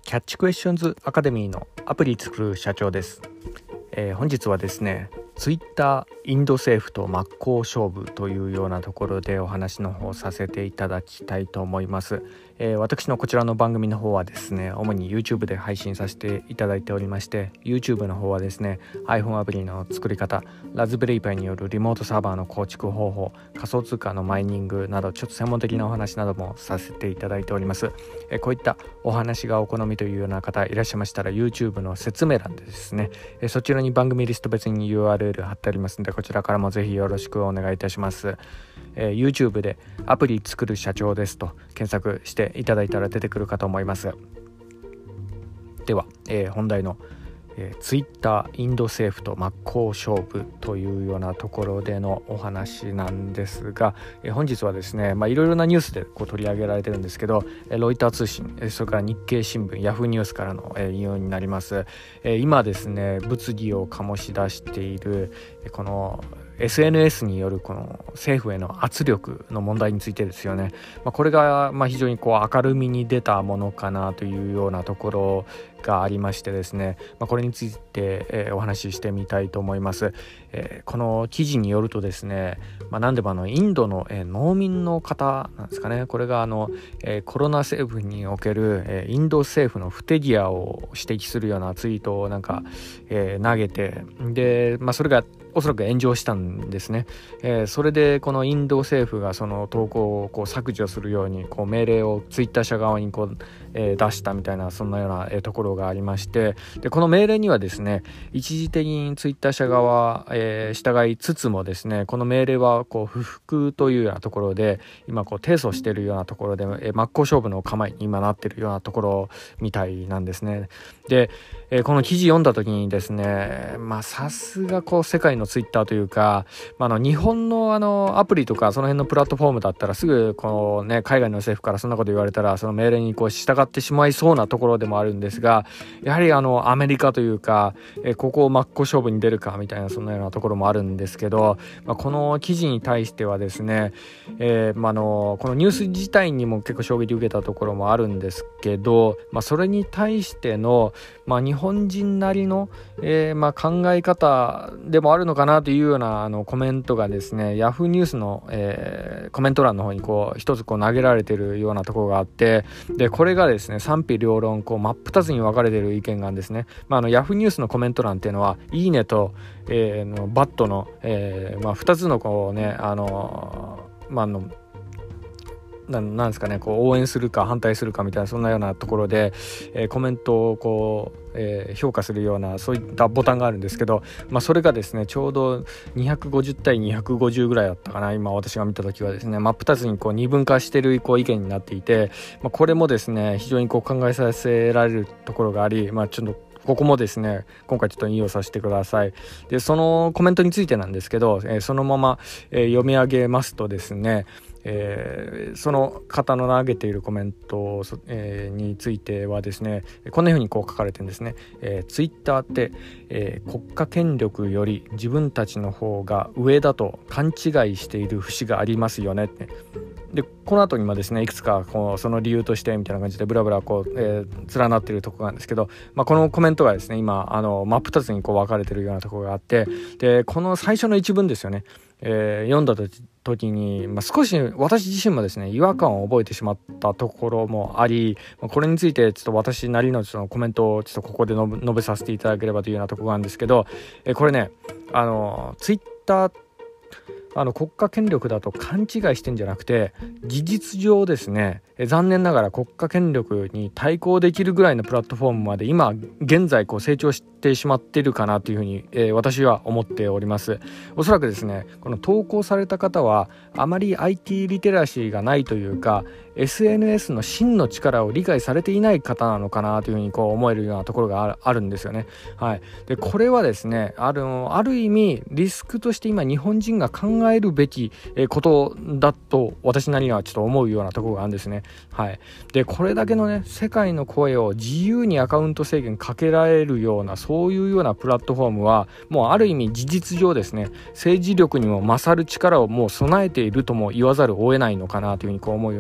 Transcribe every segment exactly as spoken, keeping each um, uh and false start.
キャッチクエスチョンズアカデミーのアプリ作る社長です。えー、本日はですね、ツイッターインド政府と真っ向勝負というようなところでお話の方させていただきたいと思います。えー、私のこちらの番組の方はですね、主に YouTube で配信させていただいておりまして、 YouTube の方はですね iPhone アプリの作り方、ラズベリーパイによるリモートサーバーの構築方法、仮想通貨のマイニングなどちょっと専門的なお話などもさせていただいております。えー、こういったお話がお好みというような方いらっしゃいましたら YouTube の説明欄でですね、えー、そちらに番組リスト別に ユーアールエル 貼ってありますので、こちらからもぜひよろしくお願いいたします。えー、YouTube でアプリ作る社長ですと検索していただいたら出てくるかと思います。では、えー、本題の、えー、Twitter インド政府と真っ向勝負というようなところでのお話なんですが、えー、本日はですね、まあ、いろいろなニュースでこう取り上げられてるんですけど、えー、ロイター通信、えー、それから日経新聞、ヤフーニュースからの、えー、引用になります。えー、今ですね物議を醸し出している、えー、このエスエヌエス によるこの政府への圧力の問題についてですよね。まあ、これがまあ非常にこう明るみに出たものかなというようなところがありましてですね、まあ、これについて、えー、お話ししてみたいと思います。えー、この記事によるとですね、まあ、何でもあのインドの、えー、農民の方なんですかね、これがあの、えー、コロナ政府における、えー、インド政府の不手際を指摘するようなツイートをなんか、えー、投げて、で、まあ、それがおそらく炎上したんですね。えー、それでこのインド政府がその投稿をこう削除するようにこう命令をツイッター社側にこう、えー、出したみたいな、そんなような、えー、ところがありまして、でこの命令にはですね一時的にツイッター社側、えー、従いつつもですね、この命令はこう不服というようなところで今こう提訴しているようなところで、えー、真っ向勝負の構えに今なっているようなところみたいなんですね。で、えー、この記事読んだ時にですね、まあさすがこう世界のツイッターというか、まあ、あの日本のあのアプリとかその辺のプラットフォームだったらすぐこう、ね、海外の政府からそんなこと言われたらその命令にこう従ってしまいそうなところでもあるんですが、やはりあのアメリカというか、えここを真っ向勝負に出るかみたいな、そんなようなところもあるんですけど、まあ、この記事に対してはですね、えーまあ、あのこのニュース自体にも結構衝撃を受けたところもあるんですけど、まあ、それに対しての、まあ、日本人なりの、えーまあ、考え方でもあるのかなというようなあのコメントがですね、ヤフーニュースの、えー、コメント欄の方にこう一つこう投げられているようなところがあって、でこれがですね賛否両論こう真っ二つに分かれている意見があるんですね。まあ、あのヤフーニュースのコメント欄っていうのはいいねと、えー、のバットの、えーまあ、ふたつのこうねあのまああのななんですかね、こう応援するか反対するかみたいな、そんなようなところで、えー、コメントをこう、えー、評価するようなそういったボタンがあるんですけど、まあ、それがですねちょうどにひゃくごじゅうたいにひゃくごじゅうぐらいだったかな、今私が見た時はですね、真っ二つにこう二分化しているこう意見になっていて、まあ、これもですね非常にこう考えさせられるところがあり、まあ、ちょっとここもですね今回ちょっと引用させてください。でそのコメントについてなんですけど、えー、そのまま、えー、読み上げますとですね、えー、その方の投げているコメント、えー、についてはですねこんな風にこう書かれてるんですね。えー、ツイッターって、えー、国家権力より自分たちの方が上だと勘違いしている節がありますよねって。でこの後にもですねいくつかこうその理由としてみたいな感じでブラブラこう、えー、連なっているところなんですけど、まあ、このコメントがですね今あの真っ二つにこう分かれているようなところがあって、でこの最初の一文ですよね、えー、読んだ時に、まあ、少し私自身もですね違和感を覚えてしまったところもあり、これについてちょっと私なりのそのコメントをちょっとここで述べ、述べさせていただければというようなところなんですけど、えー、これねあのツイッターあの国家権力だと勘違いしてんじゃなくて、事実上ですねえ残念ながら国家権力に対抗できるぐらいのプラットフォームまで今現在こう成長してしまっているかなというふうに、えー、私は思っております。おそらくですねこの投稿された方はあまり アイティー リテラシーがないというか エスエヌエス の真の力を理解されていない方なのかなというふうにこう思えるようなところがあ る, あるんですよね。はい、でこれはですねある、ある意味リスクとして今日本人が考えるべきことだと私なりにはちょっと思うようなところがあるんですね。はい、でこれだけのね世界の声を自由にアカウント制限かけられるようなそういうようなプラットフォームはもうある意味事実上ですね政治力にも勝る力をもう備えているとも言わざるを得ないのかなというふうにこう思うようなところがあ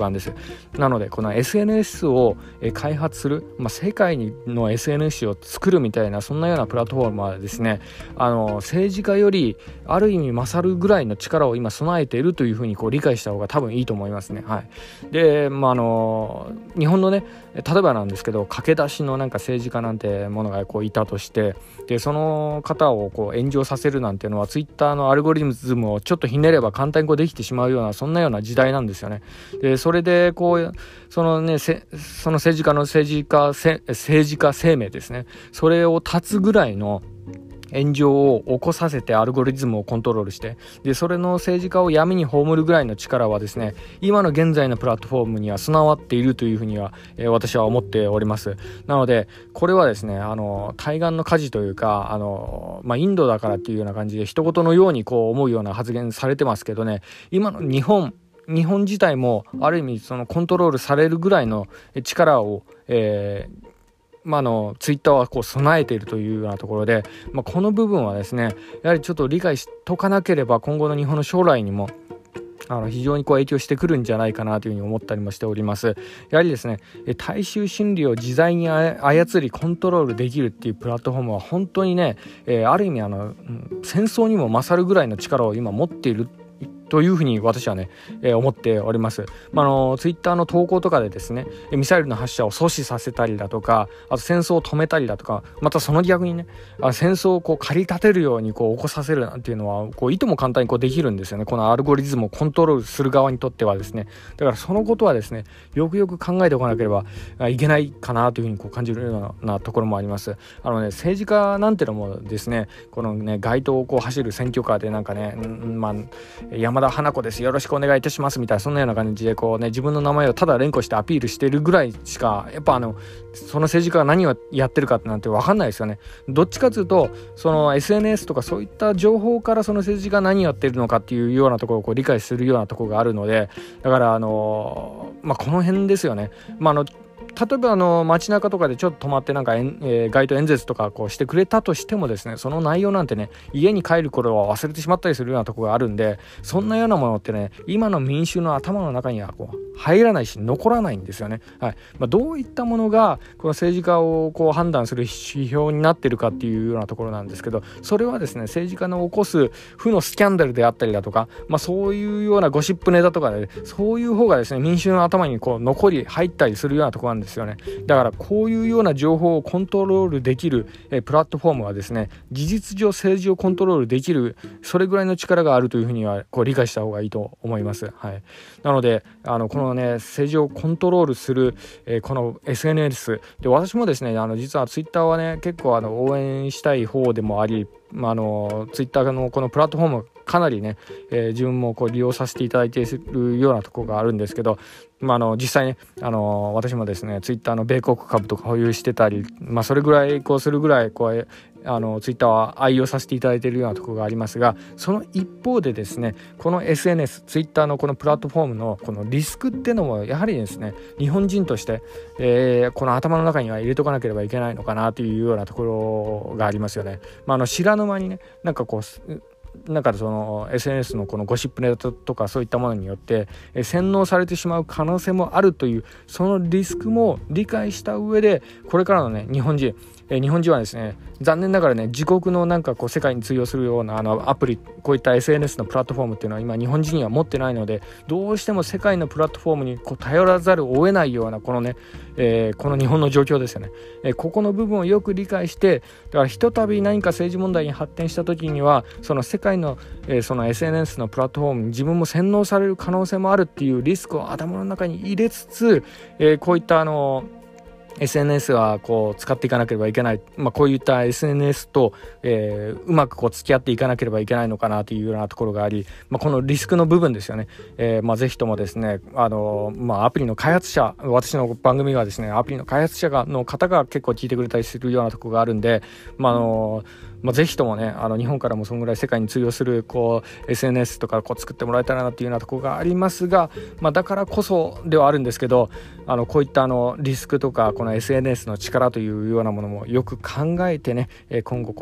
なんです。なのでこの エスエヌエス を開発する、まあ、世界の エスエヌエス を作るみたいなそんなようなプラットフォームはですね、あの政治家よりある意味勝るぐらいの力を今備えているというふうにこう理解した方が多分いいと思いますね。はい、で、まあ、あの日本のね例えばなんですけど駆け出しのなんか政治家なんてものがこういたとして、でその方をこう炎上させるなんていうのはツイッターのアルゴリズムをちょっとひねれば簡単にこうできてしまうようなそんなような時代なんですよね。でそれでこうそのねその政治家の政治家せ政治家生命ですね、それを断つぐらいの炎上を起こさせてアルゴリズムをコントロールして、でそれの政治家を闇に葬るぐらいの力はですね、今の現在のプラットフォームには備わっているというふうには、えー、私は思っております。なのでこれはですね、あの対岸の火事というか、あの、まあ、インドだからっていうような感じで人事のようにこう思うような発言されてますけどね、今の日本日本自体もある意味そのコントロールされるぐらいの力を、えーまあ、あのツイッターはこう備えているというようなところで、まあ、この部分はですねやはりちょっと理解しとかなければ今後の日本の将来にもあの非常にこう影響してくるんじゃないかなというふうに思ったりもしております。やはりですね、大衆心理を自在に操りコントロールできるっていうプラットフォームは本当にね、えー、ある意味あの戦争にも勝るぐらいの力を今持っているというふうに私はね、えー、思っております。まあ、あのツイッターの投稿とかでですね、ミサイルの発射を阻止させたりだとか、あと戦争を止めたりだとか、またその逆にね、あ戦争をこう駆り立てるようにこう起こさせるなんていうのはこういとも簡単にこうできるんですよね。このアルゴリズムをコントロールする側にとってはですね、だからそのことはですね、よくよく考えておかなければいけないかなというふうにこう感じるようなところもあります。あのね、政治家なんてのもですね、このね街頭をこう走る選挙カーでなんかね、んまあ山田花子ですよろしくお願いいたしますみたいなそんなような感じでこうね自分の名前をただ連呼してアピールしているぐらいしかやっぱあのその政治家が何をやってるかなんて分かんないですよね。どっちかというとその エスエヌエス とかそういった情報からその政治家が何をやってるのかっていうようなところをこう理解するようなところがあるので、だからあのまあこの辺ですよね。まああの例えばあの街中とかでちょっと止まってなんか、えん、えー、街頭演説とかこうしてくれたとしてもですね、その内容なんてね家に帰る頃は忘れてしまったりするようなところがあるんで、そんなようなものってね今の民衆の頭の中にはこう入らないし残らないんですよね。はい、まあ、どういったものがこの政治家をこう判断する指標になっているかっていうようなところなんですけど、それはですね政治家の起こす負のスキャンダルであったりだとか、まあ、そういうようなゴシップネタとかで、ね、そういう方がですね民衆の頭にこう残り入ったりするようなところなんですよね。だからこういうような情報をコントロールできるえプラットフォームはですね、事実上政治をコントロールできるそれぐらいの力があるというふうにはこう理解した方がいいと思います。はい、なのであのこのね政治をコントロールする、えー、この エスエヌエス で、私もですねあの実はツイッターはね結構あの応援したい方でもあり、まあ、あのツイッターのこのプラットフォームかなりね、えー、自分もこう利用させていただいているようなところがあるんですけど、まあ、あの実際ね、あの私もですねツイッターの米国株とか保有してたり、まあ、それぐらいこうするぐらいこうあのツイッターは愛用させていただいているようなところがありますが、その一方でですねこの エスエヌエス ツイッターのこのプラットフォームのこのリスクっていうのもやはりですね日本人として、えー、この頭の中には入れとかなければいけないのかなというようなところがありますよね。まあ、あの知らぬ間にねなんかこうなんかその エスエヌエス のこのゴシップネタとかそういったものによって洗脳されてしまう可能性もあるというそのリスクも理解した上で、これからのね日本人え日本人はですね残念ながらね自国のなんかこう世界に通用するようなあのアプリ、こういった エスエヌエス のプラットフォームっていうのは今日本人には持ってないので、どうしても世界のプラットフォームにこう頼らざるを得ないようなこのね、えー、この日本の状況ですよね。えー、ここの部分をよく理解して、だからひとたび何か政治問題に発展した時にはその世界の、えー、その エスエヌエス のプラットフォームに自分も洗脳される可能性もあるっていうリスクを頭の中に入れつつ、えー、こういったあのエスエヌエス はこう使っていかなければいけない、まあ、こういった エスエヌエス と、えー、うまくこう付き合っていかなければいけないのかなというようなところがあり、まあ、このリスクの部分ですよね。えーまあ、ぜひともですねあの、まあ、アプリの開発者、私の番組はですねアプリの開発者がの方が結構聞いてくれたりするようなところがあるんで、まああのまあ、ぜひともねあの日本からもそのぐらい世界に通用するこう エスエヌエス とかこう作ってもらえたらなっていうようなところがありますが、まあ、だからこそではあるんですけど、あのこういったあのリスクとかこの エスエヌエス の力というようなものもよく考えてね今後こう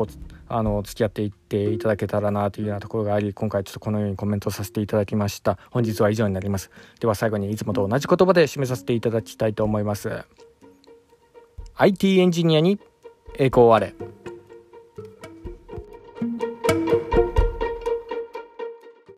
あの付き合っていっていただけたらなというようなところがあり、今回ちょっとこのようにコメントさせていただきました。本日は以上になります。では最後にいつもと同じ言葉で締めさせていただきたいと思います。 アイティー エンジニアに栄光あれ。